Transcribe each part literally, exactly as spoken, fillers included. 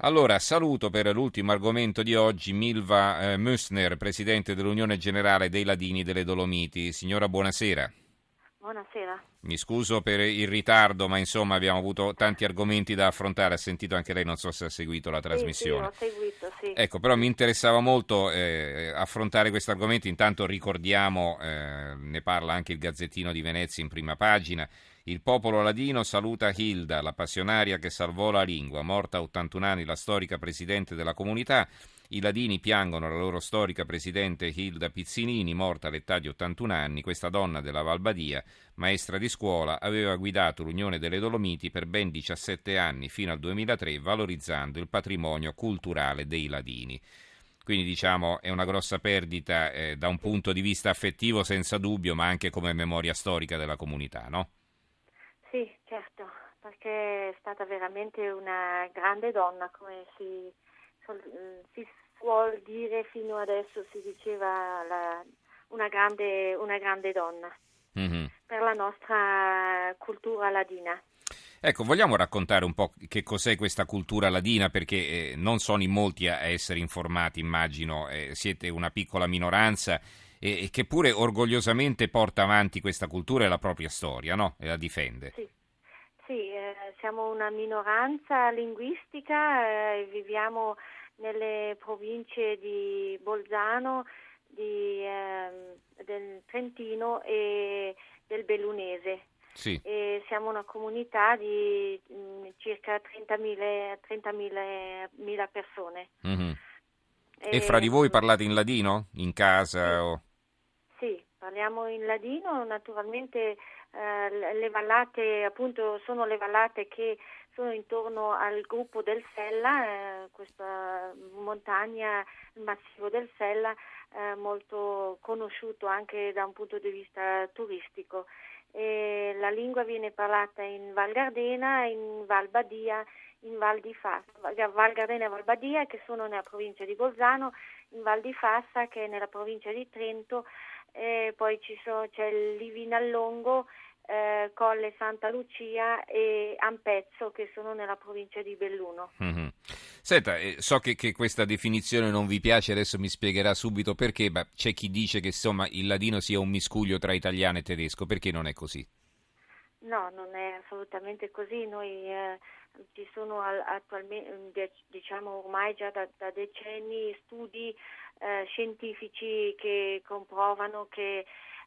Allora, saluto per l'ultimo argomento di oggi Milva eh, Müssner, presidente dell'Unione Generale dei Ladini delle Dolomiti. Signora, buonasera. Buonasera. Mi scuso per il ritardo, ma insomma abbiamo avuto tanti argomenti da affrontare. Ha sentito anche lei, non so se ha seguito la Sì, sì, trasmissione. ho seguito, sì. Ecco, però mi Sì. interessava molto eh, affrontare questo argomento. Intanto ricordiamo, eh, ne parla anche il Gazzettino di Venezia in prima pagina, il popolo ladino saluta Hilda, la passionaria che salvò la lingua, morta a ottantuno anni la storica presidente della comunità. I ladini piangono la loro storica presidente Hilda Pizzinini, morta all'età di ottantuno anni. Questa donna della Val Badia, maestra di scuola, aveva guidato l'Unione delle Dolomiti per ben diciassette anni, fino al duemilatré, valorizzando il patrimonio culturale dei ladini. Quindi diciamo è una grossa perdita eh, da un Sì. punto di vista affettivo senza dubbio, ma anche come memoria storica della comunità, no? Sì, certo, perché è stata veramente una grande donna, come si, sol- si suol dire fino adesso, si diceva la- una grande, una grande donna Mhm. per la nostra cultura ladina. Ecco, vogliamo raccontare un po' che cos'è questa cultura ladina, perché eh, non sono in molti a essere informati, immagino, eh, siete una piccola minoranza e, e che pure orgogliosamente porta avanti questa cultura e la propria storia, no? E la difende. Sì, sì, eh, siamo una minoranza linguistica, eh, viviamo nelle province di Bolzano, di, ehm, del Trentino e del Bellunese. Sì. E siamo una comunità di mh, circa trentamila trentamila mila persone. Mhm. E fra E, di voi mh, parlate in ladino? In casa? sì, O... sì, parliamo in ladino, naturalmente eh, le vallate, appunto, sono le vallate che sono intorno al gruppo del Sella, eh, questa montagna, il massivo del Sella, eh, molto conosciuto anche da un punto di vista turistico. E la lingua viene parlata in Val Gardena, in Val Badia, in Val di Fassa, Val Gardena e Val Badia che sono nella provincia di Bolzano, in Val di Fassa che è nella provincia di Trento, e poi ci sono, c'è il Livinallongo, eh, Colle Santa Lucia e Ampezzo che sono nella provincia di Belluno. Mhm. Senta, eh, so che, che questa definizione non vi piace, adesso mi spiegherà subito perché, ma c'è chi dice che insomma il ladino sia un miscuglio tra italiano e tedesco, perché non è così? No, non è assolutamente così. Noi eh, ci sono attualmente, diciamo ormai già da, da decenni, studi eh, scientifici che comprovano che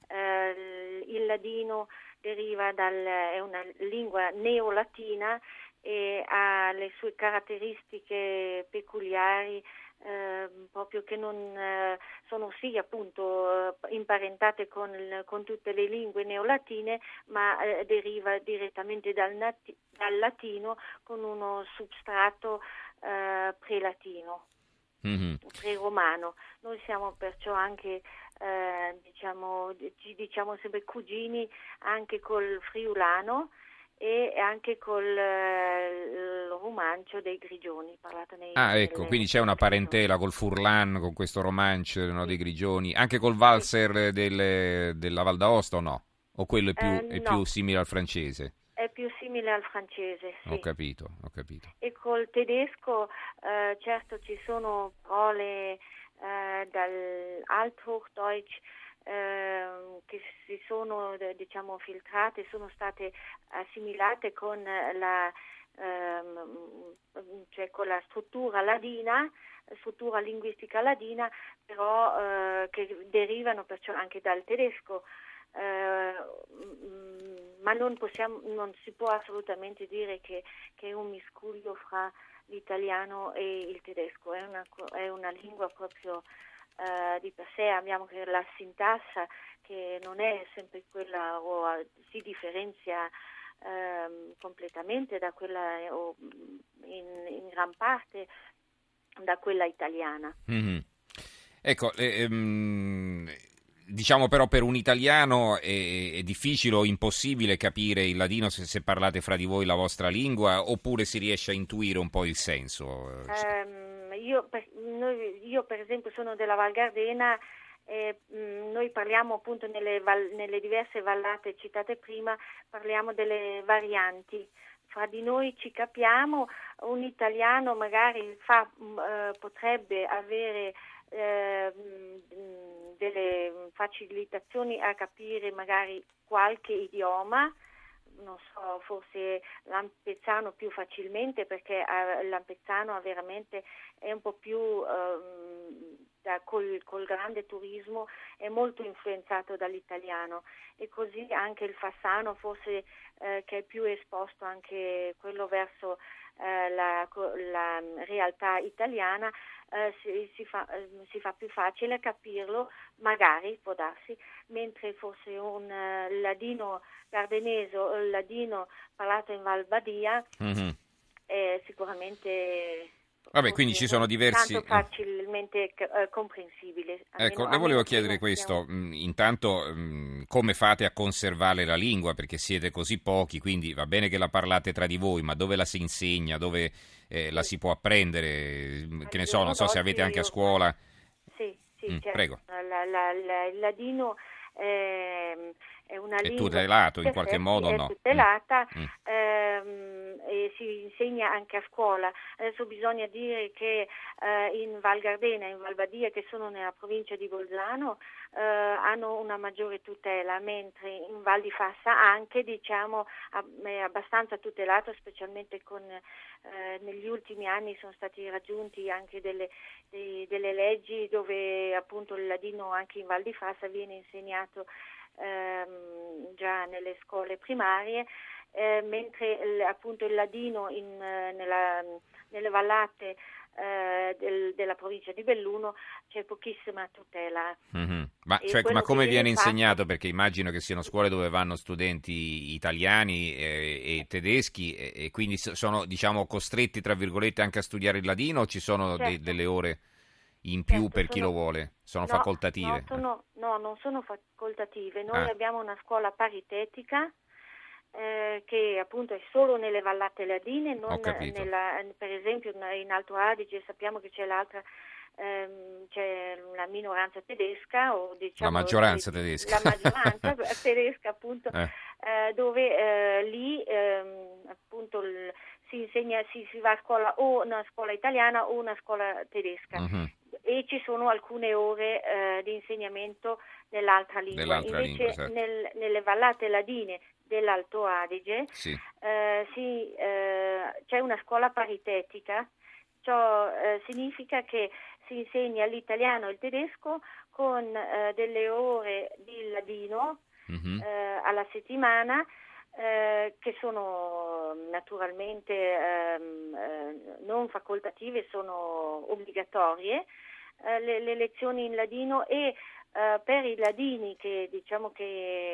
eh, il ladino deriva dal, è una lingua neolatina e ha le sue caratteristiche peculiari, eh, proprio che non eh, sono sì appunto eh, imparentate con, con tutte le lingue neolatine, ma eh, deriva direttamente dal, nati- dal latino con uno substrato eh, prelatino, Mhm. pre-romano. Noi siamo perciò anche eh, diciamo, ci diciamo sempre cugini anche col friulano e anche col eh, il romancio dei grigioni, parlato nei, Ah, ecco, quindi nelle, c'è una nelle regioni. parentela col Furlan, con questo romancio, no, dei Sì, Grigioni, anche col sì. valser del- della Val d'Aosta o no? O quello è Eh, più, è più no, simile al francese? è più simile al francese, Ho sì. capito, ho capito. E col tedesco, eh, certo ci sono parole eh, dal Althochdeutsch eh, che si sono eh, diciamo filtrate, sono state assimilate con la, ehm, cioè con la struttura ladina, struttura linguistica ladina, però eh, che derivano perciò anche dal tedesco. Eh, mm, ma non possiamo, non si può assolutamente dire che, che è un miscuglio fra l'italiano e il tedesco, è una, co- è una lingua proprio eh, di per sé. Abbiamo che la sintassa che non è sempre quella o eh, si differenzia ehm, completamente da quella eh, o in, in gran parte da quella italiana. Mhm. Ecco, eh, ehm, diciamo però per un italiano è, è difficile o impossibile capire il ladino se, se parlate fra di voi la vostra lingua, oppure si riesce a intuire un po' il senso? Eh, Ehm, io, per, noi- io per esempio sono della Val Gardena e mh, noi parliamo appunto nelle, val- nelle diverse vallate citate prima, parliamo delle varianti fra di noi ci capiamo, un italiano magari fa, eh, potrebbe avere eh, delle facilitazioni a capire magari qualche idioma, non so, forse l'ampezzano più facilmente, perché eh, l'ampezzano ha veramente è un po' più eh, da, col, col grande turismo è molto influenzato dall'italiano, e così anche il fassano forse eh, che è più esposto anche quello verso eh, la, la realtà italiana. Eh, si, si, fa, eh, si fa più facile capirlo, magari può darsi, mentre fosse un uh, ladino gardenese o il ladino parlato in Val Badia, mm-hmm. è sicuramente Vabbè, quindi ci sono diversi... tanto facilmente uh, comprensibile. Ecco, le volevo chiedere questo, siamo... intanto come fate a conservare la lingua, perché siete così pochi, quindi va bene che la parlate tra di voi, ma dove la si insegna, dove eh, la si può apprendere, che ne so, non so se avete anche a scuola... Sì, sì, mm, certo. Prego. La, la, la, il ladino eh, è una è lingua... tutelato in qualche modo o no? È tutelata, mm. ehm, e si insegna anche a scuola. Adesso bisogna dire che eh, in Val Gardena e in Val Badia, che sono nella provincia di Bolzano, eh, hanno una maggiore tutela, mentre in Val di Fassa anche, diciamo, è abbastanza tutelato, specialmente con eh, negli ultimi anni sono stati raggiunti anche delle, dei, delle leggi dove appunto il ladino anche in Val di Fassa viene insegnato ehm, già nelle scuole primarie. Eh, mentre il, appunto il ladino in, nella, nelle vallate eh, del, della provincia di Belluno c'è pochissima tutela. Mm-hmm. Ma, cioè, ma come viene fatto... insegnato? Perché immagino che siano scuole dove vanno studenti italiani e, e tedeschi e, e quindi sono, diciamo, costretti tra virgolette anche a studiare il ladino, o ci sono certo. de, delle ore in più certo, per sono... chi lo vuole? Sono no, facoltative? No, sono, no, non sono facoltative. Noi ah. abbiamo una scuola paritetica Eh, che appunto è solo nelle vallate ladine, non nella, per esempio in Alto Adige sappiamo che c'è l'altra, ehm, c'è la minoranza tedesca, o diciamo la maggioranza tedesca, la maggioranza tedesca appunto, eh. Eh, dove eh, lì ehm, appunto il, si insegna, si, si va a scuola o una scuola italiana o una scuola tedesca. Uh-huh. E ci sono alcune ore eh, di insegnamento nell'altra lingua. Dell'altra Invece lingua, certo. nel, nelle vallate ladine dell'Alto Adige sì. eh, si, eh, c'è una scuola paritetica, ciò eh, significa che si insegna l'italiano e il tedesco con eh, delle ore di ladino mm-hmm. eh, alla settimana, eh, che sono naturalmente ehm, eh, non facoltative, sono obbligatorie, eh, le, le lezioni in ladino, e eh, per i ladini che diciamo che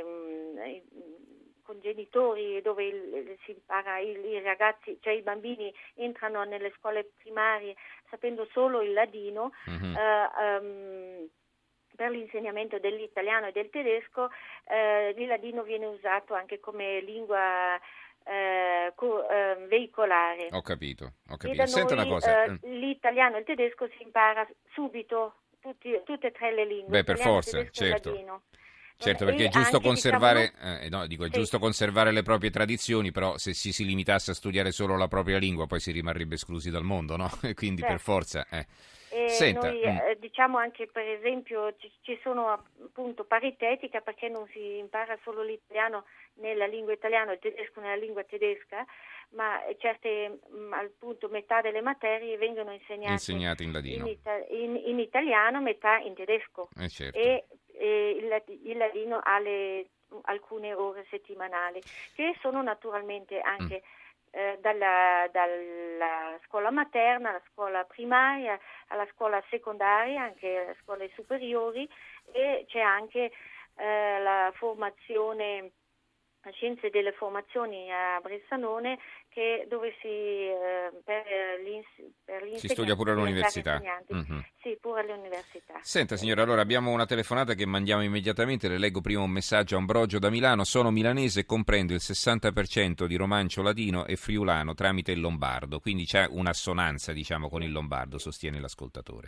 mh, con genitori dove il, si impara, il, i ragazzi, cioè i bambini entrano nelle scuole primarie sapendo solo il ladino, mm-hmm. eh, um, per l'insegnamento dell'italiano e del tedesco eh, il ladino viene usato anche come lingua eh, co, eh, veicolare. Ho capito, ho capito. E da Senta noi, una cosa. Eh, l'italiano e il tedesco si impara subito, tutti, tutte e tre le lingue. Beh, per forza, certo. Certo, perché è giusto anche, conservare, diciamo, eh, no, dico, è sì. giusto conservare le proprie tradizioni, però se ci si limitasse a studiare solo la propria lingua poi si rimarrebbe esclusi dal mondo, no? Quindi certo. per forza. Eh. E Senta, noi mm. eh, diciamo anche, per esempio, ci, ci sono appunto paritetica, perché non si impara solo l'italiano nella lingua italiana e il tedesco nella lingua tedesca, ma certe mh, appunto metà delle materie vengono insegnate, insegnate in ladino, in, ita- in, in italiano, metà in tedesco. Eh certo. E E il, il ladino ha le, alcune ore settimanali, che sono naturalmente anche mm. eh, dalla, dalla scuola materna alla scuola primaria, alla scuola secondaria, anche alle scuole superiori, e c'è anche eh, la formazione, la scienze delle formazioni a Bressanone, che dove si eh, per, per si studia pure all'università. Mm-hmm. Sì, pure all'università. Senta signora, allora abbiamo una telefonata che mandiamo immediatamente, le leggo prima un messaggio. Ambrogio da Milano: sono milanese e comprendo il sessanta per cento di romancio ladino e friulano tramite il lombardo, quindi c'è un'assonanza, diciamo, con il lombardo, sostiene l'ascoltatore.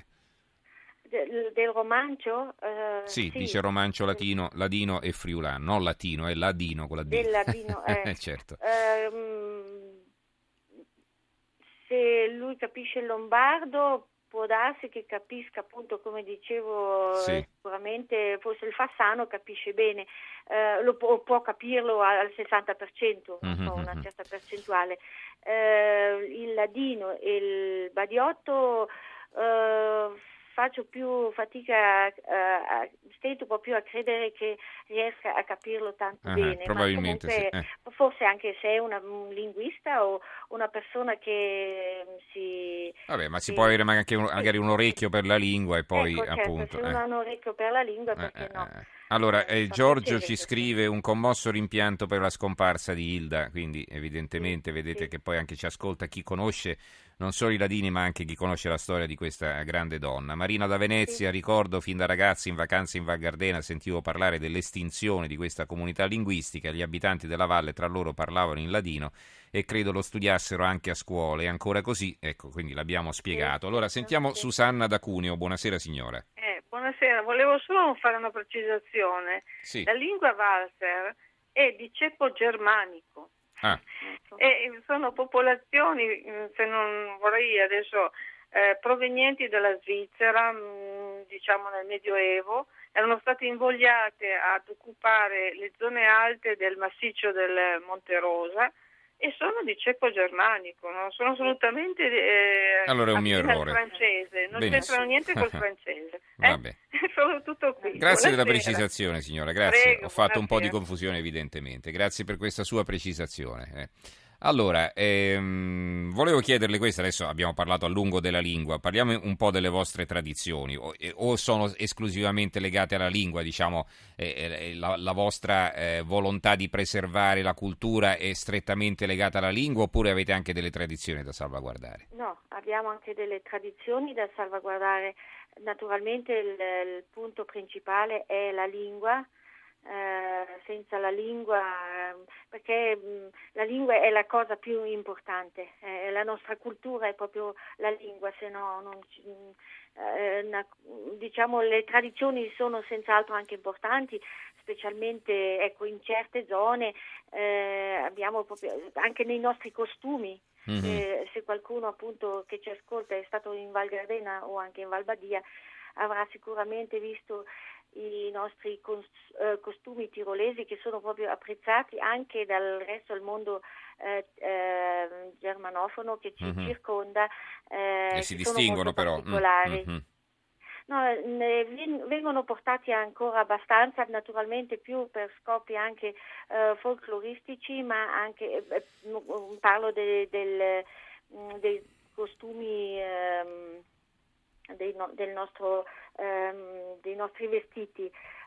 Del, del romancio? Uh, sì, sì, dice romancio latino, ladino e friulano, non latino, è ladino con la D. Del ladino, eh. certo. Uh, se lui capisce il lombardo può darsi che capisca, appunto, come dicevo, sì. sicuramente forse il fassano capisce bene, eh, lo può, può capirlo al sessanta per cento, non so, una certa percentuale. Eh, il ladino e il badiotto eh, faccio più fatica, a, a, stento proprio a credere che riesca a capirlo tanto uh-huh, bene, probabilmente ma comunque sì. eh. forse anche se è una, un linguista o una persona che si... Vabbè, ma si si, può avere anche un, magari un orecchio per la lingua e poi ecco, certo, appunto... se uno eh. ha un orecchio per la lingua, Eh, perché eh, no? eh. Allora, Eh, eh, fa Giorgio piacere ci questo. scrive un commosso rimpianto per la scomparsa di Hilda, quindi evidentemente Sì, vedete sì. che poi anche ci ascolta chi conosce non solo i ladini ma anche chi conosce la storia di questa grande donna. Marina da Venezia, Sì. ricordo fin da ragazzi in vacanze in Val Gardena sentivo parlare dell'estinzione di questa comunità linguistica, gli abitanti della valle tra loro parlavano in ladino e credo lo studiassero anche a scuola, è ancora così, ecco, quindi l'abbiamo spiegato. Allora sentiamo Sì. Susanna da Cuneo, buonasera signora. Eh, buonasera, volevo solo fare una precisazione. Sì. La lingua Walser è di ceppo germanico. Ah. E sono popolazioni, se non vorrei adesso, eh, provenienti dalla Svizzera, mh, diciamo nel Medioevo, erano state invogliate ad occupare le zone alte del massiccio del Monte Rosa e sono di ceppo germanico, non sono assolutamente eh, allora è un mio affine al errore. francese, non Benissimo. c'entrano niente col francese. Eh? Vabbè. Sono tutto qui. Grazie della Buonasera. precisazione signora, grazie. Prego, Ho fatto un po' di buonasera. confusione evidentemente, grazie per questa sua precisazione. eh. Allora, ehm, volevo chiederle questo, adesso abbiamo parlato a lungo della lingua, parliamo un po' delle vostre tradizioni, o, o sono esclusivamente legate alla lingua, diciamo, eh, la, la vostra eh, volontà di preservare la cultura è strettamente legata alla lingua, oppure avete anche delle tradizioni da salvaguardare? No, abbiamo anche delle tradizioni da salvaguardare. Naturalmente il, il punto principale è la lingua. Eh, senza la lingua, eh, perché mh, la lingua è la cosa più importante, eh, la nostra cultura è proprio la lingua, se no non ci, eh, na, diciamo le tradizioni sono senz'altro anche importanti, specialmente ecco in certe zone eh, abbiamo proprio anche nei nostri costumi. Mm-hmm. Eh, se qualcuno appunto che ci ascolta è stato in Val Gardena o anche in Val Badia avrà sicuramente visto i nostri costumi tirolesi che sono proprio apprezzati anche dal resto del mondo eh, eh, germanofono che ci mm-hmm. circonda, eh, e si che sono distinguono molto però. particolari. Mm-hmm. No, ne vengono portati ancora abbastanza, naturalmente più per scopi anche eh, folcloristici, ma anche eh, parlo de, del, dei costumi ehm, dei no, del nostro, ehm, dei nostri vestiti,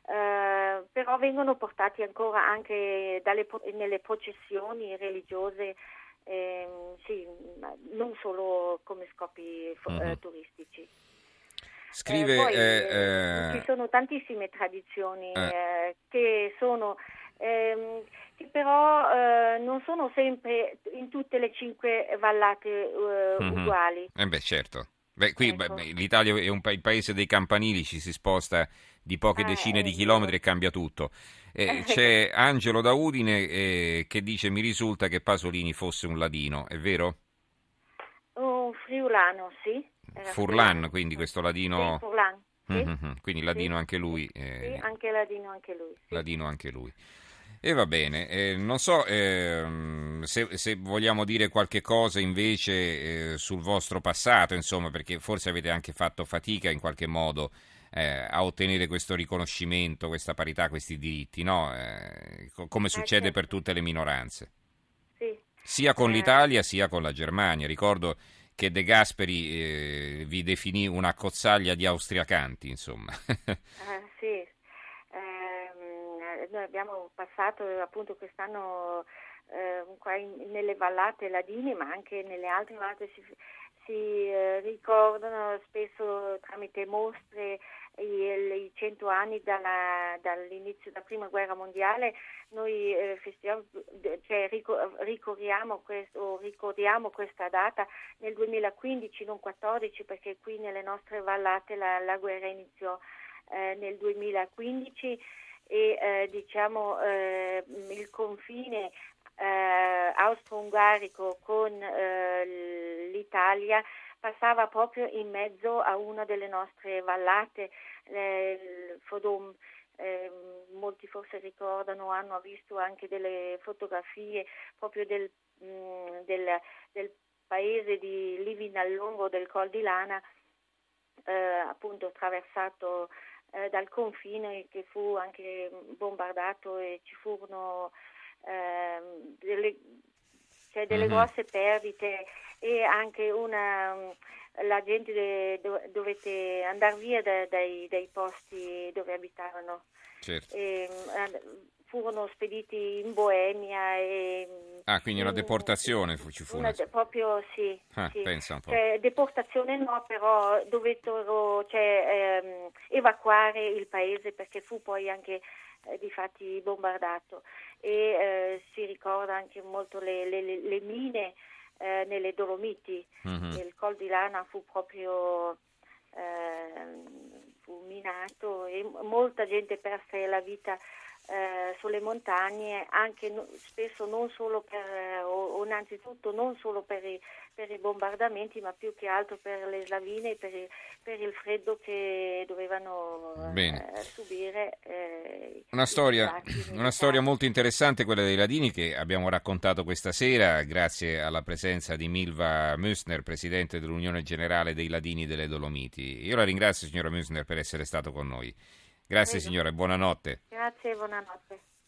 eh, però vengono portati ancora anche dalle, nelle processioni religiose, ehm, sì, non solo come scopi mm-hmm. eh, turistici. Scrive, eh, poi eh, eh, ci sono tantissime tradizioni eh. eh, che sono ehm, che però eh, non sono sempre in tutte le cinque vallate eh, mm-hmm. uguali. Eh beh, certo. Beh, qui ecco. beh, l'Italia è un pa- il paese dei campanili, ci si sposta di poche ah, decine eh, di chilometri e cambia tutto. Eh, c'è Angelo da Udine eh, che dice: mi risulta che Pasolini fosse un ladino, è vero? Un friulano, sì. Era Furlan, friulano. quindi questo ladino. Sì, Furlan. Sì. Mm-hmm. Quindi ladino sì. anche lui. Eh, sì, anche ladino anche lui. Sì. Ladino anche lui. E va bene, eh, non so eh, se, se vogliamo dire qualche cosa invece eh, sul vostro passato, insomma, perché forse avete anche fatto fatica in qualche modo eh, a ottenere questo riconoscimento, questa parità, questi diritti, no? Eh, co- come succede certo. per tutte le minoranze. Sì. Sia con Eh. l'Italia sia con la Germania. Ricordo che De Gasperi eh, vi definì una cozzaglia di austriacanti, insomma. ah, sì. Noi abbiamo passato appunto quest'anno eh, qua in, nelle vallate ladine, ma anche nelle altre vallate si, si eh, ricordano spesso tramite mostre i, i cento anni dalla, dall'inizio della prima guerra mondiale. Noi eh, festiamo, cioè, ricorriamo questo, ricordiamo questa data nel duemilaquindici, non quattordici, perché qui nelle nostre vallate la, la guerra iniziò eh, nel duemilaquindici. E eh, diciamo eh, il confine eh, austro-ungarico con eh, l'Italia passava proprio in mezzo a una delle nostre vallate, eh, il Fodom. Eh, molti forse ricordano, hanno visto anche delle fotografie proprio del, mh, del, del paese di Livinallongo del Col di Lana, eh, appunto attraversato eh, dal confine, che fu anche bombardato e ci furono eh, delle, cioè delle mm-hmm. grosse perdite e anche una... la gente de, do, dovette andare via da, dai, dai posti dove abitavano. Certo. E, furono spediti in Boemia. E, ah, quindi una deportazione fu, ci fu? Una, una, proprio sì. Ah, sì. Pensa un po'. Cioè, deportazione no, però dovettero cioè, ehm, evacuare il paese perché fu poi anche eh, difatti bombardato. E eh, si ricorda anche molto le, le, le mine Eh, nelle Dolomiti. Mm-hmm. Il Col di Lana fu proprio eh, fu minato e molta gente perse la vita eh, sulle montagne, anche no, spesso non solo per o, o innanzitutto non solo per i, per i bombardamenti, ma più che altro per le slavine e per, il, per il freddo che dovevano eh, subire. Eh, una storia, una storia molto interessante quella dei Ladini che abbiamo raccontato questa sera grazie alla presenza di Milva Müssner, presidente dell'Unione Generale dei Ladini delle Dolomiti. Io la ringrazio, signora Müssner, per essere stato con noi. Grazie. Prego. Signora, buonanotte. Grazie, buonanotte.